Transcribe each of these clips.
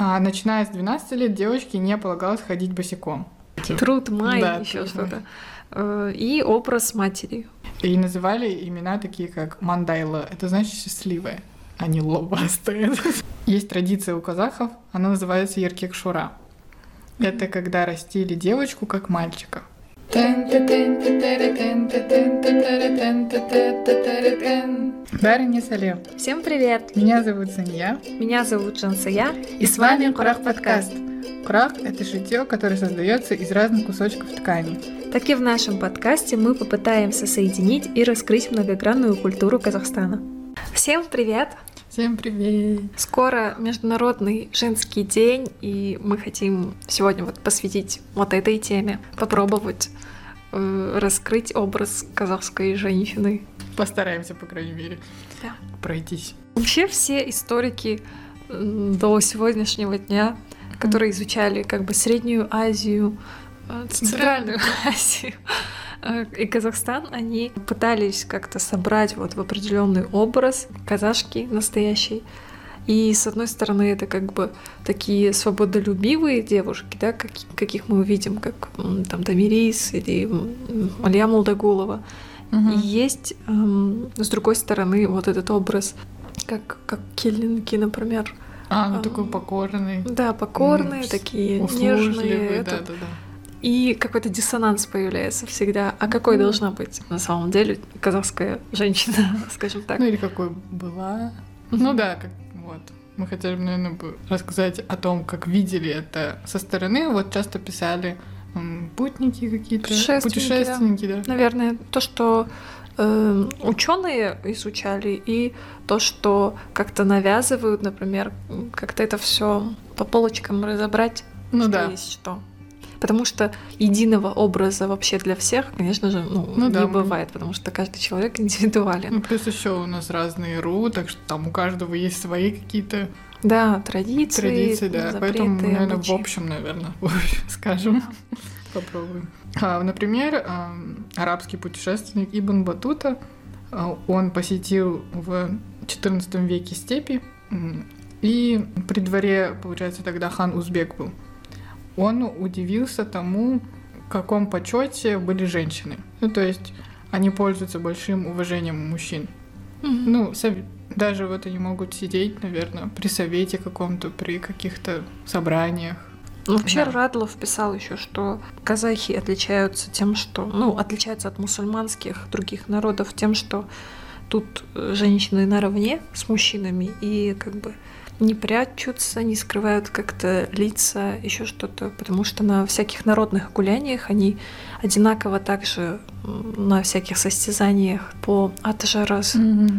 А начиная с 12 лет девочке не полагалось ходить босиком. Труд май, Да, еще труд что-то. И образ матери. И называли имена такие, как Мандайла. Это значит счастливая, а не лобастая. Есть традиция у казахов, она называется еркек-шура. Это когда растили девочку как мальчика. Дарья Салем. Всем привет! Меня зовут Сания. Меня зовут Жансая. И с вами Курах подкаст. Курах — это шитье, которое создается из разных кусочков ткани. Так и в нашем подкасте мы попытаемся соединить и раскрыть многогранную культуру Казахстана. Всем привет! Всем привет! Скоро Международный женский день, и мы хотим сегодня посвятить этой теме, попробовать раскрыть образ казахской женщины. Постараемся, по крайней мере, пройтись. Вообще все историки до сегодняшнего дня, которые изучали Среднюю Азию, Центральную Азию и Казахстан, они пытались как-то собрать в определенный образ казашки настоящей. И с одной стороны это такие свободолюбивые девушки, да, каких мы увидим, как там Томирис или Алия Молдагулова. И есть с другой стороны этот образ, как келинки, например. Такой покорный. Да, покорные, такие нежные. Да. И какой-то диссонанс появляется всегда. А какой должна быть на самом деле казахская женщина, скажем так? Или какой была. Мы хотели, наверное, рассказать о том, как видели это со стороны. Часто писали путники какие-то, путешественники, да. Наверное, то, что ученые изучали, и то, что как-то навязывают, например, как-то это все по полочкам разобрать, есть что. Потому что единого образа вообще для всех, конечно же, не бывает, потому что каждый человек индивидуален. Плюс еще у нас разные РУ, так что там у каждого есть свои какие-то традиции, да. запреты, поэтому, наверное, в общем, скажем, попробуем. Например, арабский путешественник Ибн Батута, он посетил в XIV веке степи, и при дворе, получается, тогда хан Узбек был. Он удивился тому, в каком почете были женщины. То есть они пользуются большим уважением у мужчин. Даже они могут сидеть, наверное, при совете каком-то, при каких-то собраниях. Вообще Радлов писал еще, что казахи отличаются тем, что, отличаются от мусульманских других народов тем, что тут женщины наравне с мужчинами и не прячутся, не скрывают как-то лица, еще что-то, потому что на всяких народных гуляниях они одинаково также на всяких состязаниях по атжарас,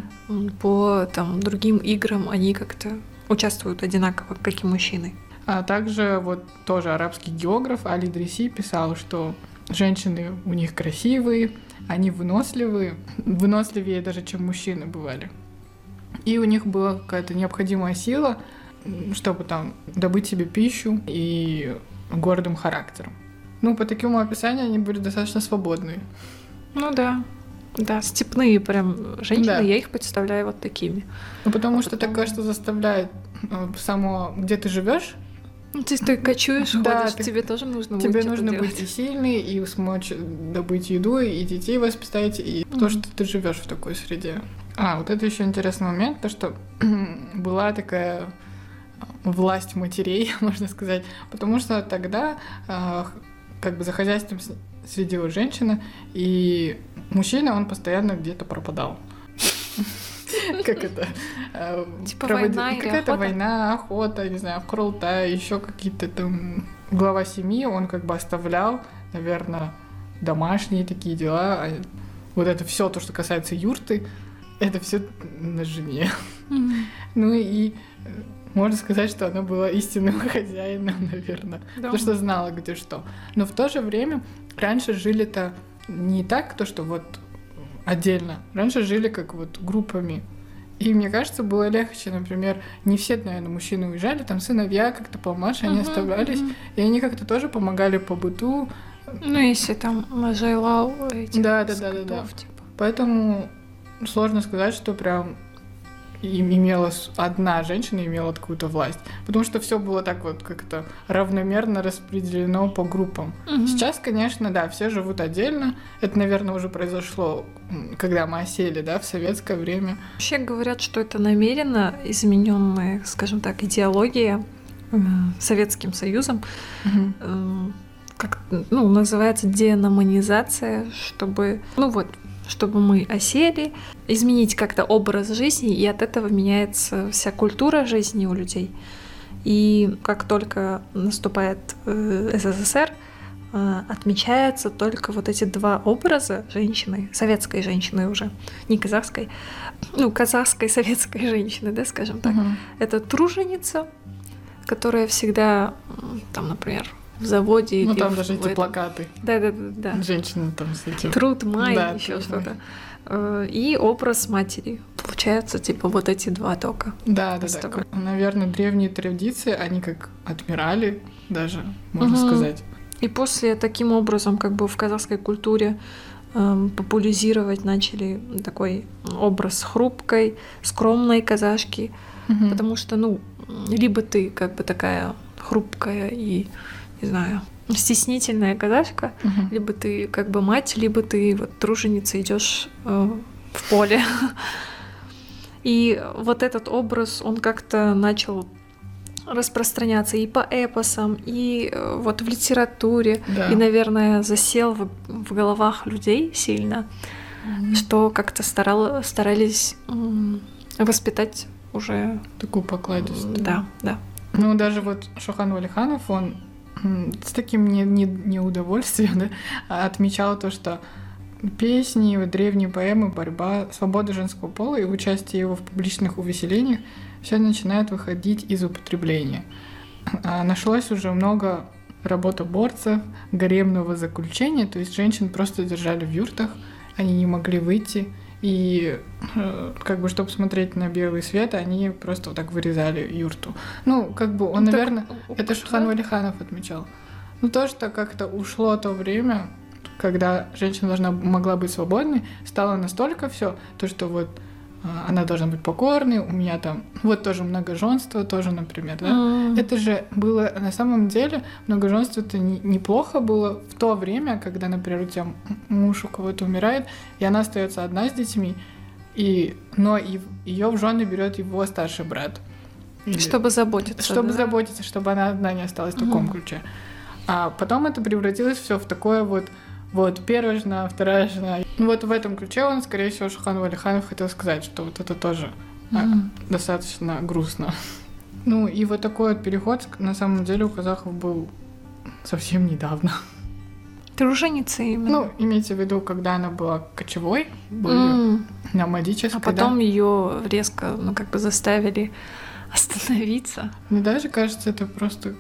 по другим играм они как-то участвуют одинаково, как и мужчины. А также тоже арабский географ Али Дриси писал, что женщины у них красивые, они выносливые, выносливее даже, чем мужчины бывали. И у них была какая-то необходимая сила, чтобы добыть себе пищу и гордым характером. По такому описанию они были достаточно свободные. Да, степные прям женщины, я их представляю такими. Потому что так, кажется, заставляет само, где ты живешь. Ты кочуешь, ходишь, тебе тоже нужно будет Тебе нужно быть и сильной, и смочь добыть еду, и детей воспитать, и то, что ты живешь в такой среде. Это еще интересный момент, то, что была такая власть матерей, можно сказать, потому что тогда за хозяйством следила женщина, и мужчина, он постоянно где-то пропадал. Как это? Какая-то война, охота, не знаю, в Курултай, еще какие-то там глава семьи, он оставлял, наверное, домашние такие дела. Это все то, что касается юрты, это все на жене. И можно сказать, что она была истинным хозяином, наверное, потому что знала, где что. Но в то же время раньше жили-то не так, то что отдельно. Раньше жили как группами. И мне кажется, было легче, например, не все, наверное, мужчины уезжали, там сыновья как-то помладше, они оставались, и они как-то тоже помогали по быту. Если там мажайлау этих Да. Поэтому сложно сказать, что прям имела одна женщина имела какую-то власть, потому что все было так вот как-то равномерно распределено по группам. Сейчас, конечно, да, все живут отдельно. Это, наверное, уже произошло, когда мы осели, да, в советское время. Вообще говорят, что это намеренно измененная, скажем так, идеология Советским Союзом. Как, называется деноманизация, чтобы мы осели, изменить как-то образ жизни, и от этого меняется вся культура жизни у людей. И как только наступает СССР, отмечаются только вот эти два образа женщины, советской женщины уже, не казахской, казахской советской женщины, да, скажем так. Это труженица, которая всегда, там, например, в заводе. Там даже эти плакаты. Да. Женщины там с этим. Труд май, еще что-то. И образ матери. Получается, типа, вот эти два тока. Да. Наверное, древние традиции, они как отмирали даже, можно сказать. И после таким образом, как бы в казахской культуре популяризировать начали такой образ хрупкой, скромной казашки. Потому что, либо ты как бы такая хрупкая и, не знаю, стеснительная казашка, либо ты как бы мать, либо ты вот труженица, идешь в поле. И вот этот образ, он как-то начал распространяться и по эпосам, и вот в литературе, и, наверное, засел в головах людей сильно, что как-то старались воспитать уже такую покладистую. Да. Даже вот Шохан Уалиханов, он с таким неудовольствием отмечал то, что песни, древние поэмы, борьба, свобода женского пола и участие его в публичных увеселениях все начинает выходить из употребления. Нашлось уже много работоборцев, гаремного заключения, то есть женщин просто держали в юртах, они не могли выйти, и как бы, чтобы смотреть на белый свет, они просто вот так вырезали юрту. Он, наверное, это Шохан Уалиханов отмечал. То, что как-то ушло то время, когда женщина могла быть свободной, стало настолько все, то, что вот она должна быть покорной, у меня там вот тоже многоженство, тоже, например, да. Это же было на самом деле, многоженство-то неплохо было в то время, когда, например, у тебя муж у кого-то умирает, и она остается одна с детьми, но ее в жены берет его старший брат. Чтобы заботиться. Чтобы она одна не осталась в таком ключе. А потом это превратилось все в такое вот первая жена, вторая жена. В этом ключе он, скорее всего, Шохан Уалиханов хотел сказать, что вот это тоже достаточно грустно. И вот такой вот переход, на самом деле, у казахов был совсем недавно. Труженица именно. Имейте в виду, когда она была кочевой, были номадической. А потом ее резко, заставили остановиться. Мне даже кажется, это просто...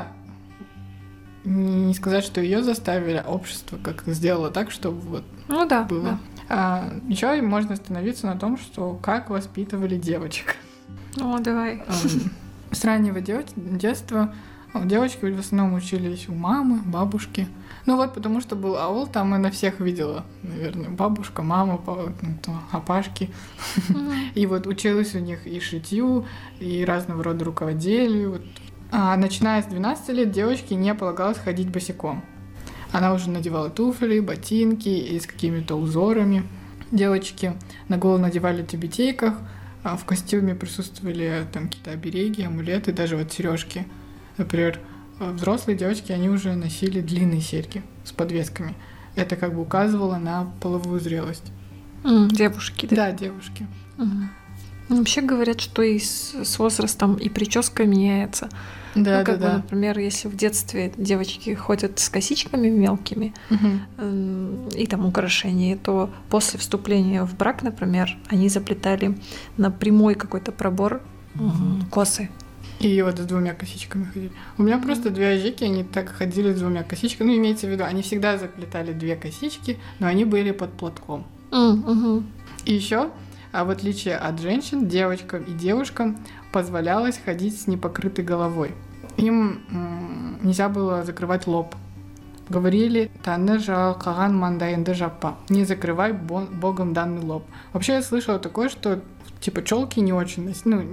Не сказать, что ее заставили, а общество как-то сделало так, чтобы было. Да. Еще можно остановиться на том, что как воспитывали девочек. Давай. С раннего детства девочки в основном учились у мамы, бабушки. Потому что был аул, там она всех видела, наверное, бабушка, мама, апашки. И училась у них и шитью, и разного рода рукоделию. А начиная с 12 лет девочке не полагалось ходить босиком. Она уже надевала туфли, ботинки и с какими-то узорами. Девочки на голову надевали тюбетейках, а в костюме присутствовали там какие-то обереги, амулеты, даже сережки. Например, взрослые девочки, они уже носили длинные серьги с подвесками. Это как бы указывало на половую зрелость. Девушки, да? Да, девушки. Вообще говорят, что и с возрастом и прическа меняется. Да. Например, если в детстве девочки ходят с косичками мелкими и там украшения, то после вступления в брак, например, они заплетали на прямой какой-то пробор косы. И с двумя косичками ходили. У меня просто две ажики, они так ходили с двумя косичками. Имейте в виду, они всегда заплетали две косички, но они были под платком. И еще, в отличие от женщин, девочкам и девушкам позволялось ходить с непокрытой головой. Им нельзя было закрывать лоб. Говорили «Таны жалкаган мандайынды жаппа». Не закрывай богом данный лоб. Вообще я слышала такое, что Типа челки не очень,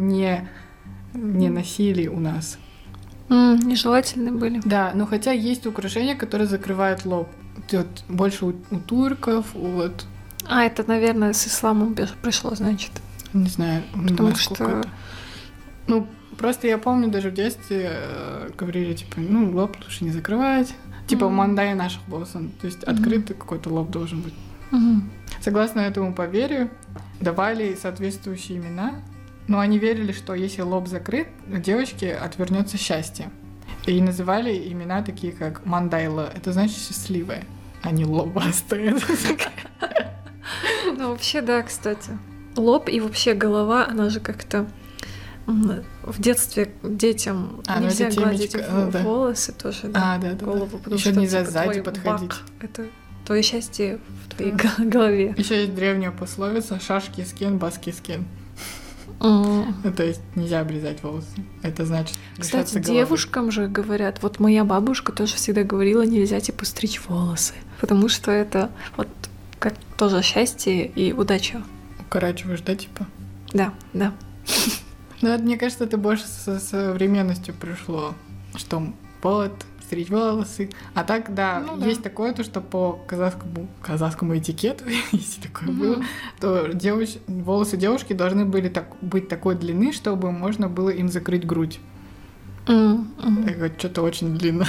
не носили у нас. Нежелательные были. Да, но хотя есть украшения, которые закрывают лоб. Вот больше у турков, вот. Это, наверное, с исламом пришло, значит. Не знаю, потому что... это. Ну, просто я помню, даже в детстве говорили, типа, лоб лучше не закрывать. Типа в Мандай наших боссов. То есть открытый какой-то лоб должен быть. Согласно этому поверью, давали соответствующие имена, но они верили, что если лоб закрыт, у девочки отвернется счастье. И называли имена такие, как Мандайла. Это значит счастливая, а не лобастая. Ну, вообще, да, кстати. Лоб и вообще голова, она же как-то в детстве детям нельзя гладить волосы тоже, да, голову, потому еще что нельзя сзади подходить. Это твое счастье в твоей голове. Еще есть древняя пословица: шашки скин, баски скин. То есть нельзя обрезать волосы. Это значит лишаться Кстати, девушкам же говорят, вот моя бабушка тоже всегда говорила, нельзя типа стричь волосы, потому что это вот как тоже счастье и удача. Укорачиваешь, да, типа? Да. Ну, это, мне кажется, это больше со современностью пришло, что стричь волосы. А так, да, есть такое, то, что по казахскому этикету, если такое было, то волосы девушки должны были быть такой длины, чтобы можно было им закрыть грудь. Так что-то очень длинно.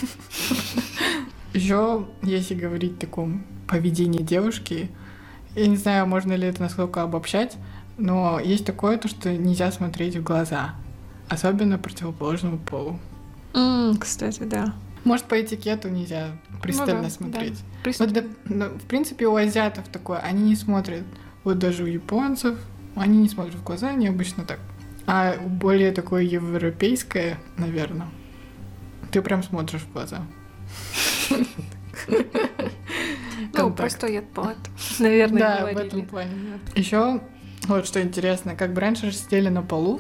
Еще, если говорить о таком поведении девушки, я не знаю, можно ли это насколько обобщать, но есть такое, то, что нельзя смотреть в глаза, особенно противоположному полу. Кстати, да. Может, по этикету нельзя пристально смотреть. Да. В принципе, у азиатов такое, они не смотрят. Вот даже у японцев, они не смотрят в глаза, они обычно так. А более такое европейское, наверное, ты прям смотришь в глаза. Простой отпад, наверное, да, говорили. в этом плане. Еще вот что интересно, как бы раньше сидели на полу,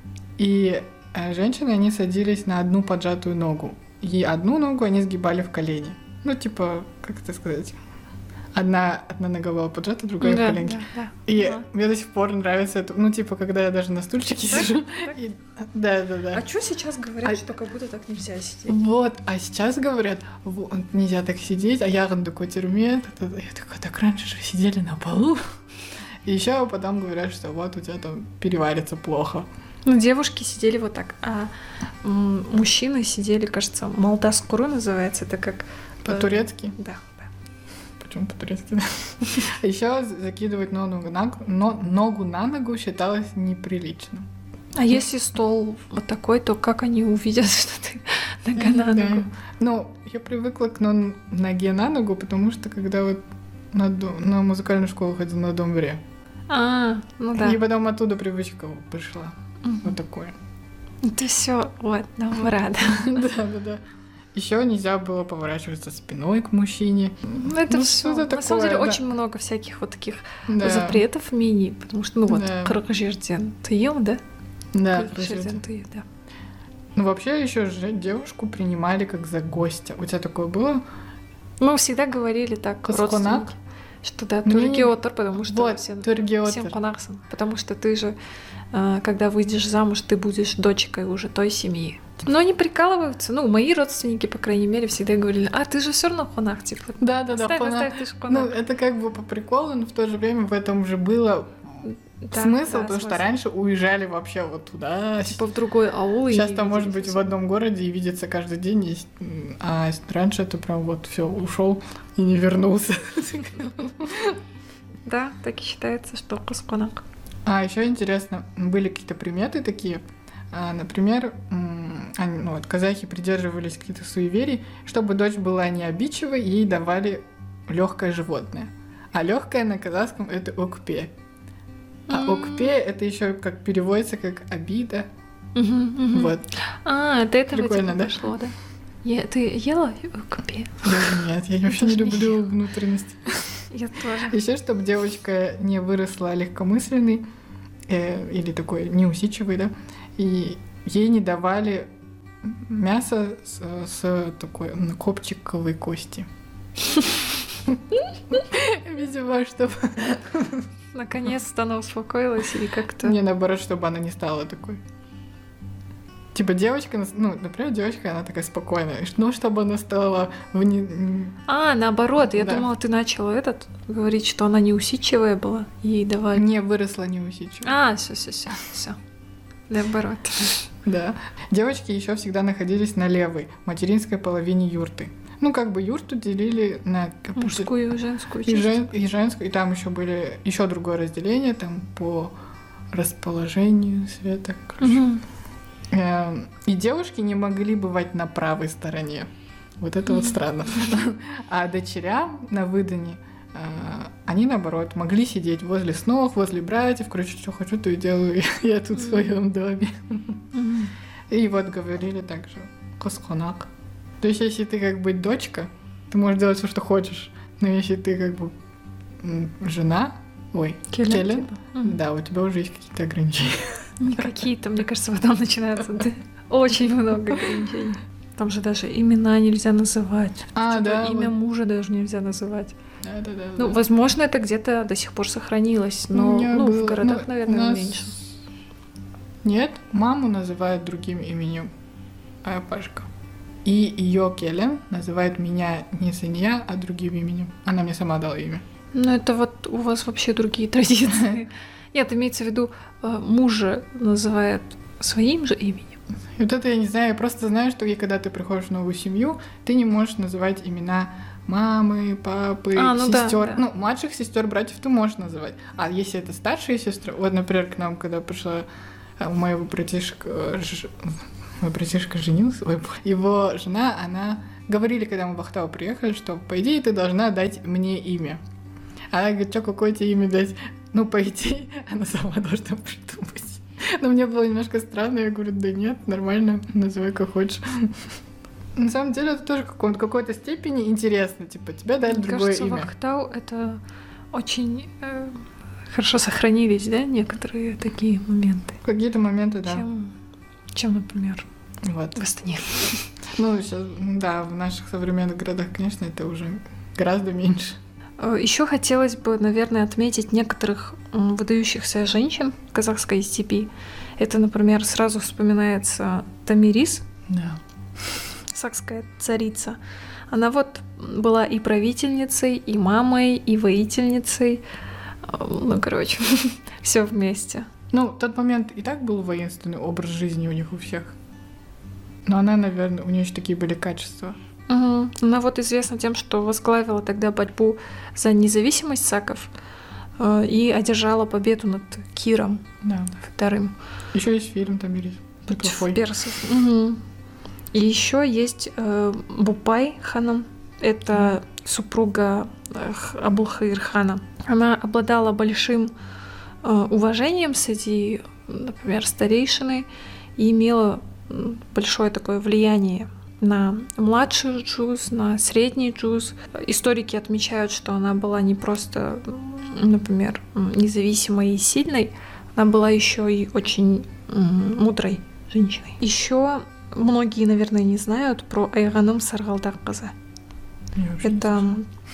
и женщины, они садились на одну поджатую ногу. И одну ногу они сгибали в колени. Ну, типа, как это сказать? Одна нога была поджата, другая в коленке. Да. И мне до сих пор нравится это. Ну, типа, когда я даже на стульчике сижу. Да. А что сейчас говорят, что как будто так нельзя сидеть? Вот, а сейчас говорят, нельзя так сидеть, а я такой термет. Я такая, так раньше же сидели на полу. И еще потом говорят, что вот у тебя там переварится плохо. Ну, девушки сидели вот так, а мужчины сидели, кажется, молдас-куру называется, это как... По-турецки? Да. Почему по-турецки? Еще закидывать ногу на ногу считалось неприличным. А если стол вот такой, то как они увидят, что ты нога на ногу? Ну, я привыкла к ноге на ногу, потому что когда вот на музыкальную школу ходила на Домбре. Ну да. И потом оттуда привычка пришла. Вот такое. Это все вот Домбра, да. Да. Еще нельзя было поворачиваться спиной к мужчине. Это все. На самом деле очень много всяких вот таких запретов мини, потому что, Кыргызстан тыйым, да? Да, Кыргызстан тыйым, да. Ну, вообще, еще же девушку принимали как за гостя. У тебя такое было? Мы всегда говорили так, родственник, что да, тургеотор, потому что вот, всем конаксон. Потому что ты же, когда выйдешь замуж, ты будешь дочкой уже той семьи. Но они прикалываются. Ну, мои родственники, по крайней мере, всегда говорили, ты же все равно хонак, типа. Да, оставь, ты же хонак. Ну, это как бы по приколу, но в то же время в этом же было смысл, потому что раньше уезжали вообще вот туда. Типа в другой аул. Сейчас там может быть в одном городе и видеться каждый день, а раньше это прям вот все ушел и не вернулся. Да, так и считается, что кусконак. А еще интересно, были какие-то приметы такие. Например, казахи придерживались каких-то суеверий, чтобы дочь была не обидчивой, ей давали легкое животное. А легкое на казахском это окпе. А окпе это еще как переводится как обида. Вот. От этого прикольно, да? Пошло, да? Ты ела окпе? Нет, я вообще не люблю внутренности. Я тоже. Еще чтобы девочка не выросла легкомысленной или такой неусидчивой, да, и ей не давали мясо с такой копчиковой кости. Видимо, чтобы Наконец-то она успокоилась и как-то... Мне наоборот, чтобы она не стала такой. Типа девочка, ну, например, девочка, она такая спокойная. Ну, чтобы она стала... наоборот, я Да. думала, ты начала говорить, что она неусидчивая была, и давай... Не выросла неусидчивая. Все. Наоборот. Да. Девочки еще всегда находились на левой, материнской половине юрты. Ну, как бы юрту делили на... Мужскую и женскую И, часть. и женскую, и там еще были еще другое разделение, там по расположению света. Короче. Мгм. И девушки не могли бывать на правой стороне. Вот это вот странно. А дочерям на выдане они, наоборот, могли сидеть возле снов, возле братьев. Короче, что хочу, то и делаю я тут в своем доме. Мгм. И вот говорили также «косхонак». То есть, если ты как бы дочка, ты можешь делать все, что хочешь. Но если ты как бы жена, келен, Типа. Мгм. да, у тебя уже есть какие-то ограничения. Не какие-то, мне кажется, потом начинается очень много ограничений. Там же даже имена нельзя называть. Да. Имя мужа даже нельзя называть. Да. Ну, возможно, это где-то до сих пор сохранилось, но в городах, наверное, меньше. Нет, маму называют другим именем, Пашка. И ее келен называет меня не Сынья, а другим именем. Она мне сама дала имя. Ну, это вот у вас вообще другие традиции. Нет, имеется в виду, мужа называют своим же именем. И вот это я не знаю, я просто знаю, что когда ты приходишь в новую семью, ты не можешь называть имена мамы, папы, сестер. Да. Ну, младших сестер, братьев ты можешь называть. А если это старшие сестры, вот, например, к нам, когда пришла моего братишка, мой братишка женился, его жена, она говорили, когда мы в Ахтау приехали, что, по идее, ты должна дать мне имя. Она говорит, что, какое тебе имя дать? Ну, по идее, она сама должна придумать. Но мне было немножко странно, я говорю, да нет, нормально, называй как хочешь. На самом деле это тоже в какой-то степени интересно, типа, тебе дали Мне другое кажется, имя. в Ахтау это очень хорошо сохранились, да, некоторые такие моменты. Какие-то моменты, да. Чем, например, Вот. в Астане. Ну, сейчас, да, в наших современных городах, конечно, это уже гораздо меньше. Еще хотелось бы, наверное, отметить некоторых выдающихся женщин казахской степи. Это, например, сразу вспоминается Тамирис, Да. сакская царица. Она вот была и правительницей, и мамой, и воительницей. Ну, короче, все вместе. Ну, в тот момент и так был воинственный образ жизни у них у всех. Но она, наверное, у нее еще такие были качества. Угу. Она вот известна тем, что возглавила тогда борьбу за независимость саков и одержала победу над Киром II. Еще есть фильм там есть. Против персов. Угу. И еще есть Бупай ханом. Это супруга Абулхаир хана. Она обладала большим уважением среди, например, старейшины и имела большое такое влияние на младший джуз, на средний джуз. Историки отмечают, что она была не просто, например, независимой и сильной, она была еще и очень мудрой женщиной. Еще многие, наверное, не знают про Айганым Саргалдакказа. Это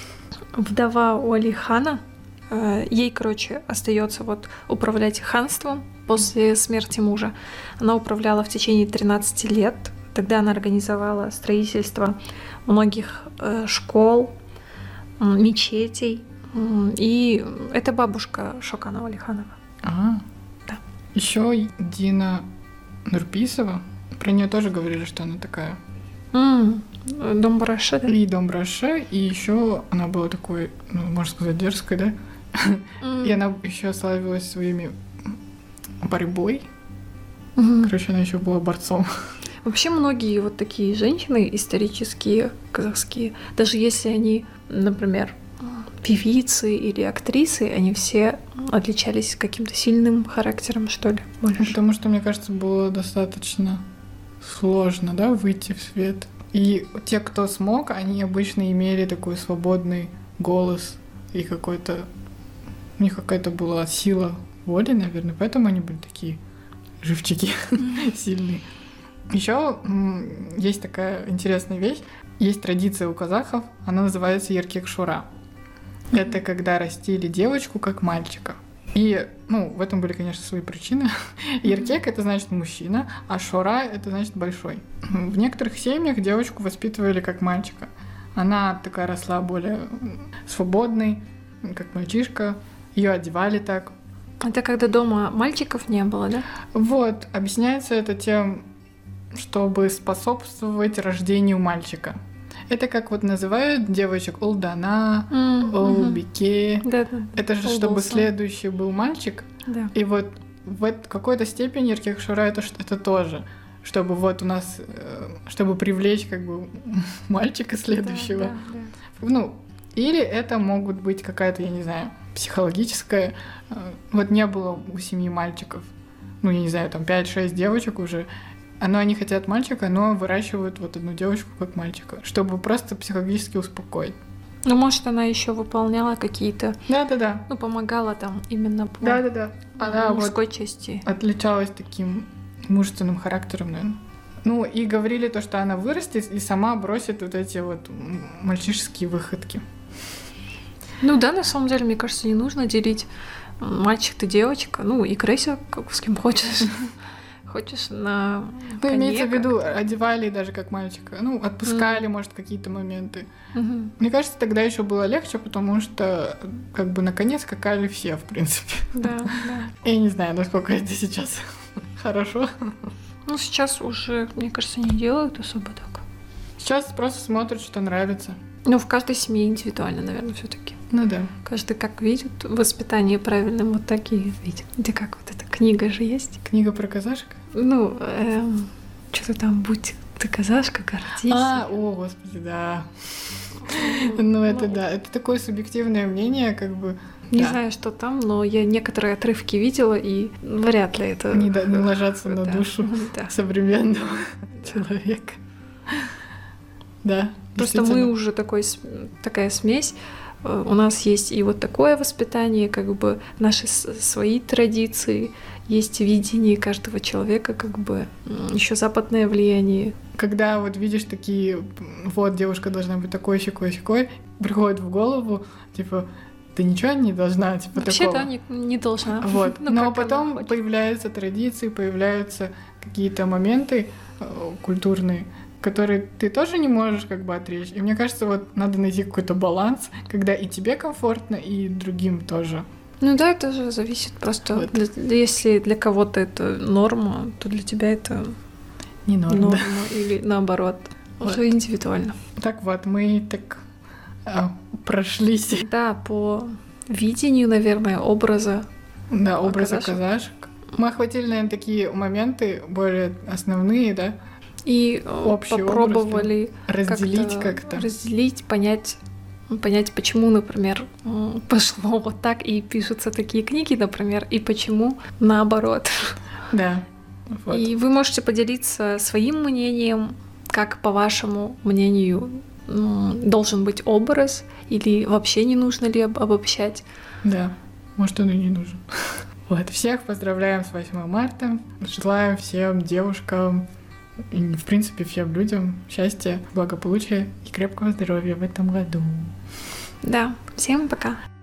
вдова Уали хана. Ей, короче, остается вот управлять ханством после смерти мужа. Она управляла в течение 13 лет. Тогда она организовала строительство многих школ, мечетей. И это бабушка Шокана Уалиханова. Да. Еще Дина Нурписова. Про нее тоже говорили, что она такая. Домбраше, да? И Домбраше, и еще она была такой, ну, можно сказать, дерзкой, да? И она еще славилась своими борьбой. Короче, она еще была борцом. Вообще многие вот такие женщины исторические, казахские, даже если они, например, певицы или актрисы, они все отличались каким-то сильным характером, что ли, больше. Потому что, мне кажется, было достаточно сложно, да, выйти в свет. И те, кто смог, они обычно имели такой свободный голос и какой-то... У них какая-то была сила воли, наверное, поэтому они были такие живчики сильные. Еще есть такая интересная вещь. Есть традиция у казахов, она называется еркек шура. Это когда растили девочку как мальчика. И, в этом были, конечно, свои причины. Еркек — это значит мужчина, а Шора — это значит большой. В некоторых семьях девочку воспитывали как мальчика. Она такая росла более свободной, как мальчишка. Ее одевали так. Это когда дома мальчиков не было, да? Вот, объясняется это тем, чтобы способствовать рождению мальчика. Это как вот называют девочек Улдана, Улбике. Да. Это же чтобы следующий был мальчик. Да. И вот в какой-то степени Еркек Шора это тоже. Чтобы вот у нас, чтобы привлечь как бы мальчика следующего. Да. Или это могут быть какая-то, я не знаю, психологическая. Вот не было у семьи мальчиков. Я не знаю, там 5-6 девочек уже. Они хотят мальчика, но выращивают вот одну девочку как мальчика, чтобы просто психологически успокоить. Может, она еще выполняла какие-то... Да. Помогала там именно по Она мужской части. Отличалась таким мужественным характером, наверное. И говорили то, что она вырастет и сама бросит вот эти вот мальчишеские выходки. На самом деле, мне кажется, не нужно делить мальчик ты девочка. Играйся с кем хочешь. Хочешь на коне. Имеется в виду, одевали даже как мальчика. Отпускали, может, какие-то моменты. Мне кажется, тогда еще было легче, потому что как бы на коне скакали все, в принципе. Да. Я не знаю, насколько это сейчас хорошо. Сейчас уже, мне кажется, не делают особо так. Сейчас просто смотрят, что нравится. В каждой семье индивидуально, наверное, все-таки. Да. Каждый как видит воспитание правильным, вот так и видит. Где как вот эта книга же есть. Книга про казашек? Что-то там «Будь ты казашка, гордись». О, господи, да. Это да. Это такое субъективное мнение, как бы. Не знаю, что там, но я некоторые отрывки видела, и вряд ли это... Не ложатся на душу современного человека. Да. Просто мы уже такая смесь. У нас есть и вот такое воспитание, как бы наши свои традиции, есть видение каждого человека, как бы еще западное влияние. Когда вот видишь такие, вот девушка должна быть такой, сякой, приходит в голову, типа, ты ничего не должна, типа вообще, такого. Вообще, да, не должна. Вот. Но потом появляются традиции, появляются какие-то моменты культурные, которые ты тоже не можешь как бы отречь. И мне кажется, вот надо найти какой-то баланс, когда и тебе комфортно, и другим тоже. Это же зависит просто. Вот. Если для кого-то это норма, то для тебя это не норма. Да. Или наоборот. Уже индивидуально. Так вот, мы так прошлись. Да, по видению, наверное, образа. Да, образа казашек. Мы охватили, наверное, такие моменты более основные, да? И общий попробовали разделить как-то. Разделить, понять, почему, например, пошло вот так и пишутся такие книги, например, и почему наоборот. Да. Вот. И вы можете поделиться своим мнением, как, по вашему мнению, должен быть образ, или вообще не нужно ли обобщать. Да, может, он и не нужен. Вот, всех поздравляем с 8 марта. Желаем всем девушкам и, в принципе, всем людям счастья, благополучия и крепкого здоровья в этом году. Да, всем пока.